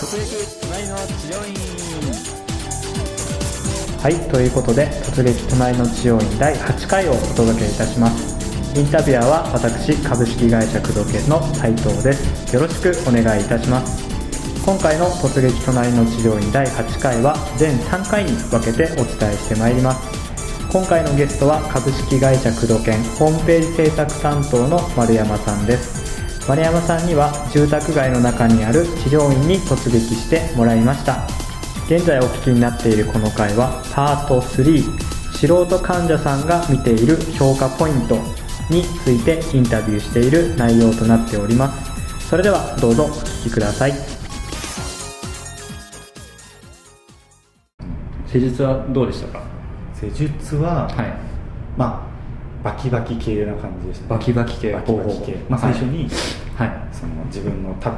突撃隣の治療院。 はい、ということで突撃隣の治療院第8回をお届けいたします。インタビュアーは私、株式会社工藤研の斉藤です。よろしくお願いいたします。今回の突撃隣の治療院第8回は全3回に分けてお伝えしてまいります。今回のゲストは株式会社工藤研ホームページ制作担当の丸山さんです。丸山さんには住宅街の中にある治療院に突撃してもらいました。現在お聞きになっているこの回はパート3、素人患者さんが見ている評価ポイントについてインタビューしている内容となっております。それではどうぞお聞きください。施術はどうでしたか？ 施術は、 はい、 バキバキ系な感じでしたね。 バキバキ系、 最初に、 はい、 その自分の立って、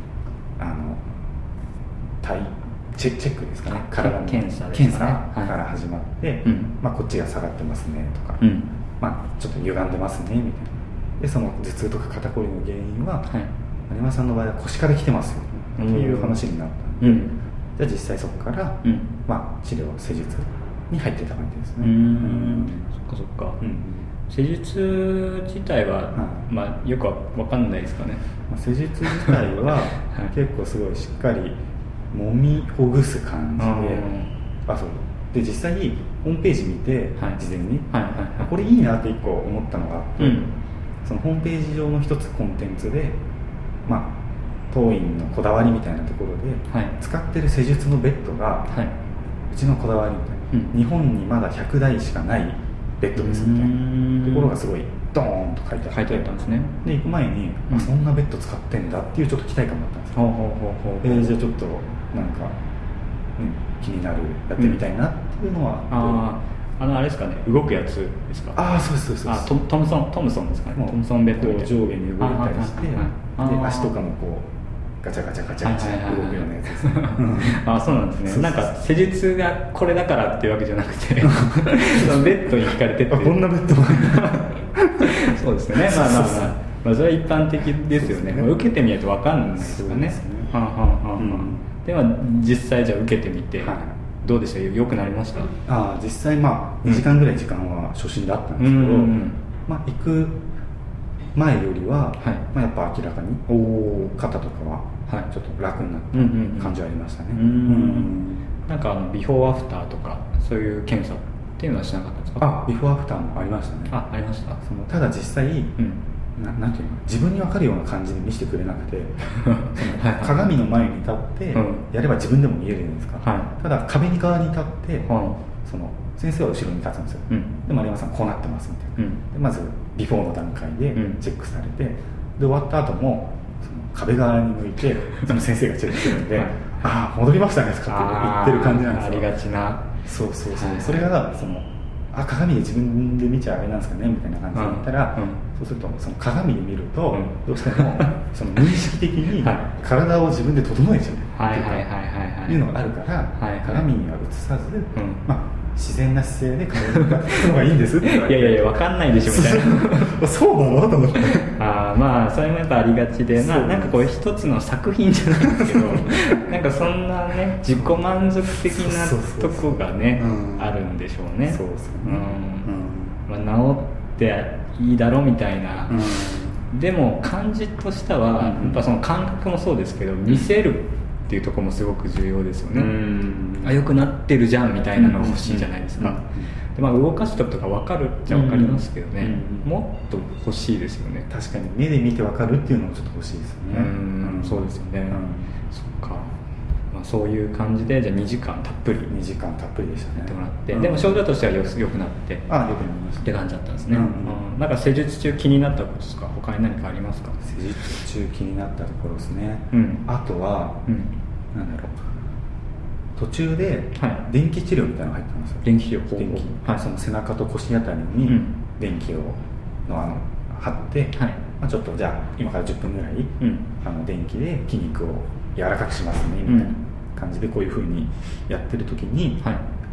チェックですかね、体の検査ですね、 検査から始まって、こっちが下がってますねとか、ちょっと歪んでますねみたいな。でその頭痛とか肩こりの原因は、丸山さんの場合は腰から来てますよっていう話になったので、じゃあ実際そこから、治療施術に入ってた感じですね。 そっか、施術自体は、よくは分かんないですかね。 施術自体は結構すごいしっかり揉みほぐす感じで、実際にホームページ見て、事前に、これいいなって1個思ったのがあって、そのホームページ上の一つコンテンツで、当院のこだわりみたいなところで、使ってる施術のベッドが、うちのこだわりみたいな、日本にまだ100台しかないベッドですみたいなところがすごいドーンと書いてあったんですね。で行く前に、そんなベッド使ってんだっていうちょっと期待感があったんですよ。じゃあちょっとなんか、気になる、やってみたいなっていうのは、 あれですかね、動くやつですか？ そうです。 トムソンですかね。トムソンベッドみたいな、 上下に動いたりして、で足とかもこうガチャガチャ動くようなやつですね。 そうなんですね。なんか施術がこれだからっていうわけじゃなくてそのベッドに惹かれてってこんなベッドもそうですね。それは一般的ですよね。受けてみないと分かんないですかね。では実際じゃあ受けてみて、どうでした？良くなりました？ 実際2時間ぐらい時間は初心であったんですけど、行く前よりは、やっぱ明らかに肩とかはちょっと楽になった感じはありましたね。 なんかビフォーアフターとかそういう検査っていうのはしなかったですか？ ビフォーアフターもありましたね。 ありました。 ただ実際、なんていうの、自分に分かるような感じで見せてくれなくて鏡の前に立ってやれば自分でも見えるじゃないですか。ただ壁に側に立って、その先生は後ろに立つんですよ。で丸山さんこうなってますみたいな、でまずビフォーの段階でチェックされて、で終わった後もその壁側に向いてその先生がチェックするんで戻りましたねとかって言ってる感じなんですよ。 ありがちな。 そうそれがその鏡で自分で見ちゃあれなんですかねみたいな感じで言ったら、そうするとその鏡で見ると、どうしてもその無意識的に体を自分で整えちゃうっていうのがあるから、鏡には映さず、自然な姿勢で体に向かっていくのがいいんですって言われていや分かんないでしょみたいなそうなのと思ってそれもやっぱありがちで、なんかこう一つの作品じゃないんですけどなんかそんなね自己満足的なとこがねあるんでしょうね。 そうですね。 治っていいだろみたいな、でも感じとしてはやっぱその感覚もそうですけど、見せるっていうところもすごく重要ですよね。良くなってるじゃんみたいなのが欲しいじゃないですか。で動かすとか分かるっちゃ分かりますけどね、もっと欲しいですよね。 確かに目で見て分かるっていうのもちょっと欲しいですよね。 そうですよね。そっか。そういう感じでじゃあ2時間たっぷりでしたね。 やってもらって、でも症状としては良くなって良くなりましたって感じだったんですね。なんか施術中気になったことですか？他に何かありますか？ 施術中気になったところですね。あとは、なんだろう、途中で電気治療みたいなのが入ったんですよ。 電気治療、 その背中と腰あたりに電気を貼って、ちょっとじゃあ今から10分ぐらい、電気で筋肉を柔らかくしますねみたいな感じでこういう風にやってる時に、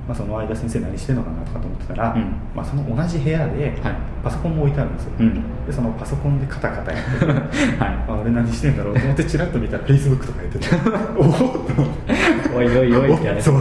その間先生何してんのかなとかと思ってたら、その同じ部屋でパソコンも置いてあるんですよ、でそのパソコンでカタカタやってて、俺何してんだろうと思ってチラッと見たら Facebook とかやってておおっとおいおいおいってやるそう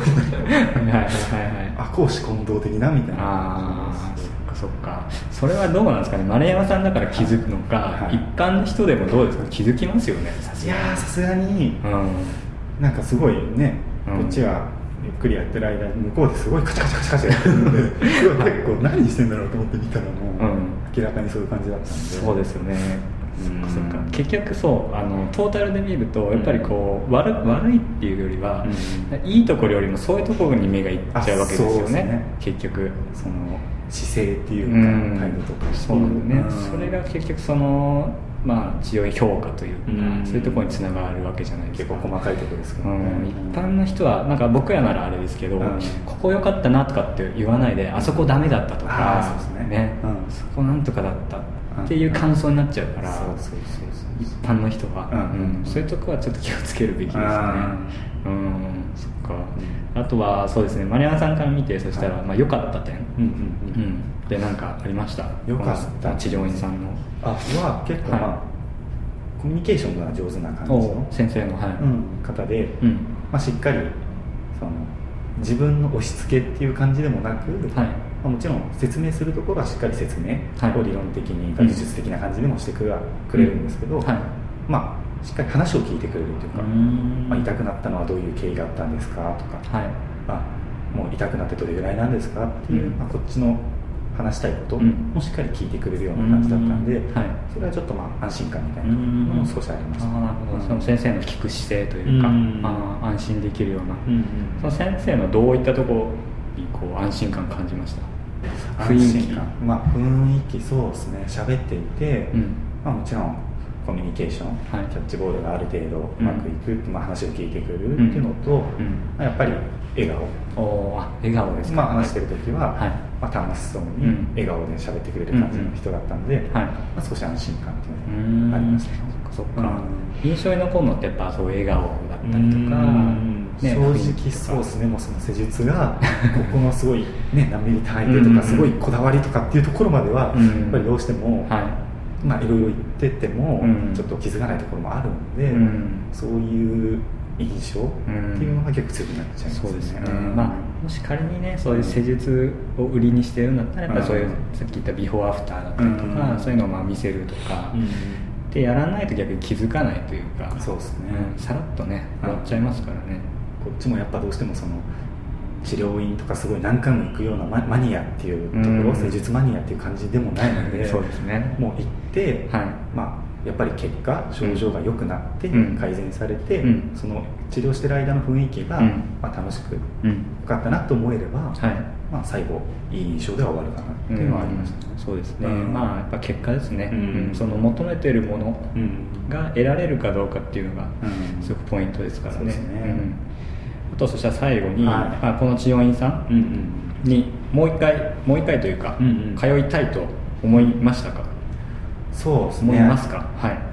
公私混同的なみたいな。 そっか。それはどうなんですかね。丸山さんだから気づくのか、一般の人でもどうですか。気づきますよね。 いやさすがに、なんかすごいね、こっちはゆっくりやってる間に向こうですごいカチャカチャカチャカチャやってるんで結構何してんだろうと思って見たらもう、明らかにそういう感じだったんで。 そうですよね。そっか。結局そうトータルで見るとやっぱりこう、悪いっていうよりは、いいところよりもそういうところに目がいっちゃうわけですよね。結局その姿勢っていうか、態度とか。 そうね。それが結局その強い評価というか、そういうところにつながるわけじゃないですか。 結構細かいところですけどね。 一般の人はなんか僕らならあれですけど、ここ良かったなとかって言わないで、あそこダメだったとか、そこなんとかだったっていう感想になっちゃうから、一般の人は、そういうところはちょっと気をつけるべきですね。そっか。あとはそうですね、丸山さんから見て、そしたら良かった点で何かありました？ 良かった治療院さんのは結構コミュニケーションが上手な感じの先生の方で、しっかりその自分の押し付けっていう感じでもなく、もちろん説明するところはしっかり説明を理論的に技術的な感じでもしてくれるんですけど、しっかり話を聞いてくれるというか、痛くなったのはどういう経緯があったんですかとか、もう痛くなってどれぐらいなんですかっていう、こっちの話したいこともしっかり聞いてくれるような感じだったんで、それはちょっと安心感みたいなのも少しありました。 なるほど。その先生の聞く姿勢というか、安心できるような、その先生のどういったところにこう安心感感じました？ 雰囲気感、雰囲気、そうですね。喋っていて、もちろんコミュニケーション、キャッチボールがある程度うまくいく、話を聞いてくれるっていうのと、やっぱり笑顔。 笑顔ですか。 話してる時は、楽しそうに笑顔で喋ってくれる感じの人だったんで、少し安心感っていうのがありましたね。 そっか。印象に残るのってやっぱそう笑顔だったりとか、 正直そうですね。もうその施術がここのすごい何ミリ単位でとかすごいこだわりとかっていうところまではやっぱりどうしてもいろいろ言っててもちょっと気づかないところもあるんで、そういう印象っていうのが結構強くなっちゃいますね。 そうですね。もし仮にね、そういう施術を売りにしてるんだったら、やっぱりそういうさっき言ったビフォーアフターだったりとか、そういうのを見せるとかでやらないと逆に気づかないというか、 そうですね。 さらっとね終わっちゃいますからね。 こっちもやっぱどうしてもその治療院とかすごい何回も行くようなマニアっていうところ、施術マニアっていう感じでもないので、 そうですね。 もう行って、やっぱり結果症状が良くなって改善されて、その治療してる間の雰囲気が楽しく良かったなと思えれば、最後いい印象では終わるかなっていうのはありましたね。 そうですね。やっぱ結果ですね。その求めてるものが得られるかどうかっていうのがすごくポイントですからね。あとそしたら最後に、この治療院さんにもう一回というか、通いたいと思いましたか？ そうですね。 思いますか？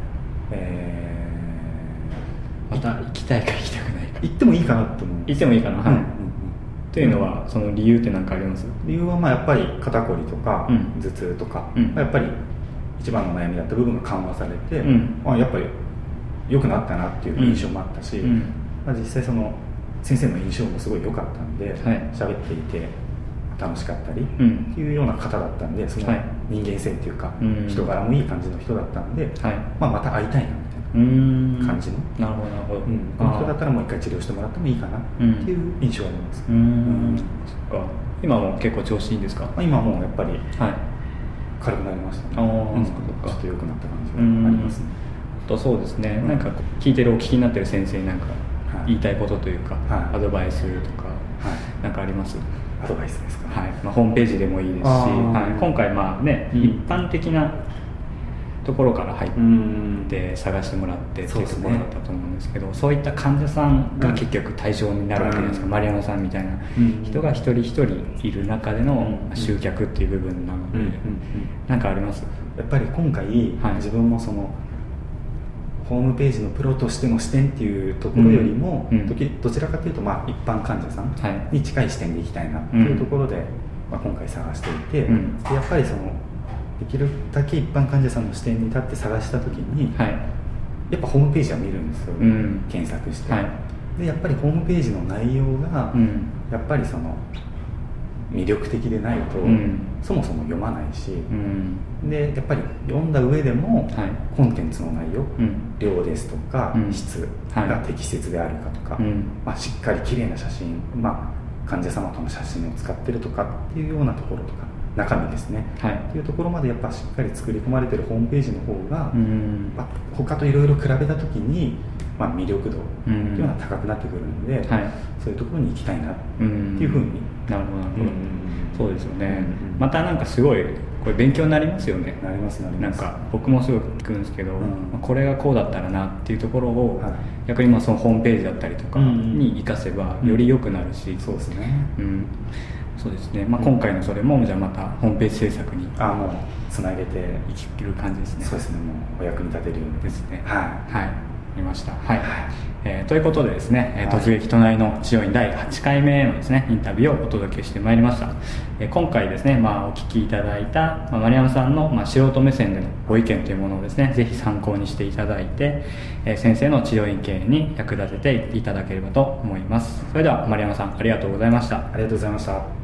また行きたいか行きたくないか。 行ってもいいかなと思う。 行ってもいいかな。というのはその理由って何かあります？ 理由はやっぱり肩こりとか頭痛とか、やっぱり一番の悩みだった部分が緩和されて、やっぱり良くなったなっていう印象もあったし、実際その先生の印象もすごい良かったんで、喋っていて楽しかったりっていうような方だったんで、その人間性っていうか、人柄もいい感じの人だったんで、また会いたいなみたいな感じの、 なるほどなるほど、 この人だったらもう一回治療してもらってもいいかなっていう印象はあります。 そっか。今も結構調子いいんですか？ 今もうやっぱり軽くなりましたね。ちょっと良くなった感じがありますね。 そうですね。なんか聞いてるお聞きになってる先生になんか言いたいことというか、アドバイスとかなんかあります？ アドバイスですか？ ホームページでもいいですし、今回一般的なところから入って探してもらってっていうところだったと思うんですけど、そういった患者さんが結局対象になるわけじゃないですか。丸山さんみたいな人が一人一人いる中での集客っていう部分なので、何かあります？ やっぱり今回自分もそのホームページのプロとしての視点っていうところよりも、どちらかというと一般患者さんに近い視点でいきたいなっていうところで、今回探していて、でやっぱりできるだけ一般患者さんの視点に立って探した時に、やっぱホームページは見るんですよ、検索して、でやっぱりホームページの内容が、やっぱり魅力的でないと、そもそも読まないし、でやっぱり読んだ上でも、コンテンツの内容、量ですとか、質が適切であるかとか、しっかり綺麗な写真、患者様との写真を使ってるとかっていうようなところとか、中身ですね、っていうところまでやっぱしっかり作り込まれてるホームページの方が、他といろいろ比べた時に、魅力度っていうのが高くなってくるんで、そういうところに行きたいなっていうふうに。 なるほどなるほど、そうですよね、またなんかすごいこれ勉強になりますよね。 なりますなんか僕もすごく聞くんですけど、これがこうだったらなっていうところを、逆にそのホームページだったりとかに活かせばより良くなるし、 そうですね、 そうですね、今回のそれもじゃあまたホームページ制作にもうつなげていける感じですね。 そうですね、もうお役に立てるようにですね。 はい、 見ました。ということでですね、突撃隣の治療院第8回目のですねインタビューをお届けしてまいりました。今回ですね、お聞きいただいた、丸山さんの、素人目線でのご意見というものをですね、ぜひ参考にしていただいて、先生の治療院経営に役立てていただければと思います。それでは丸山さん、ありがとうございました。 ありがとうございました。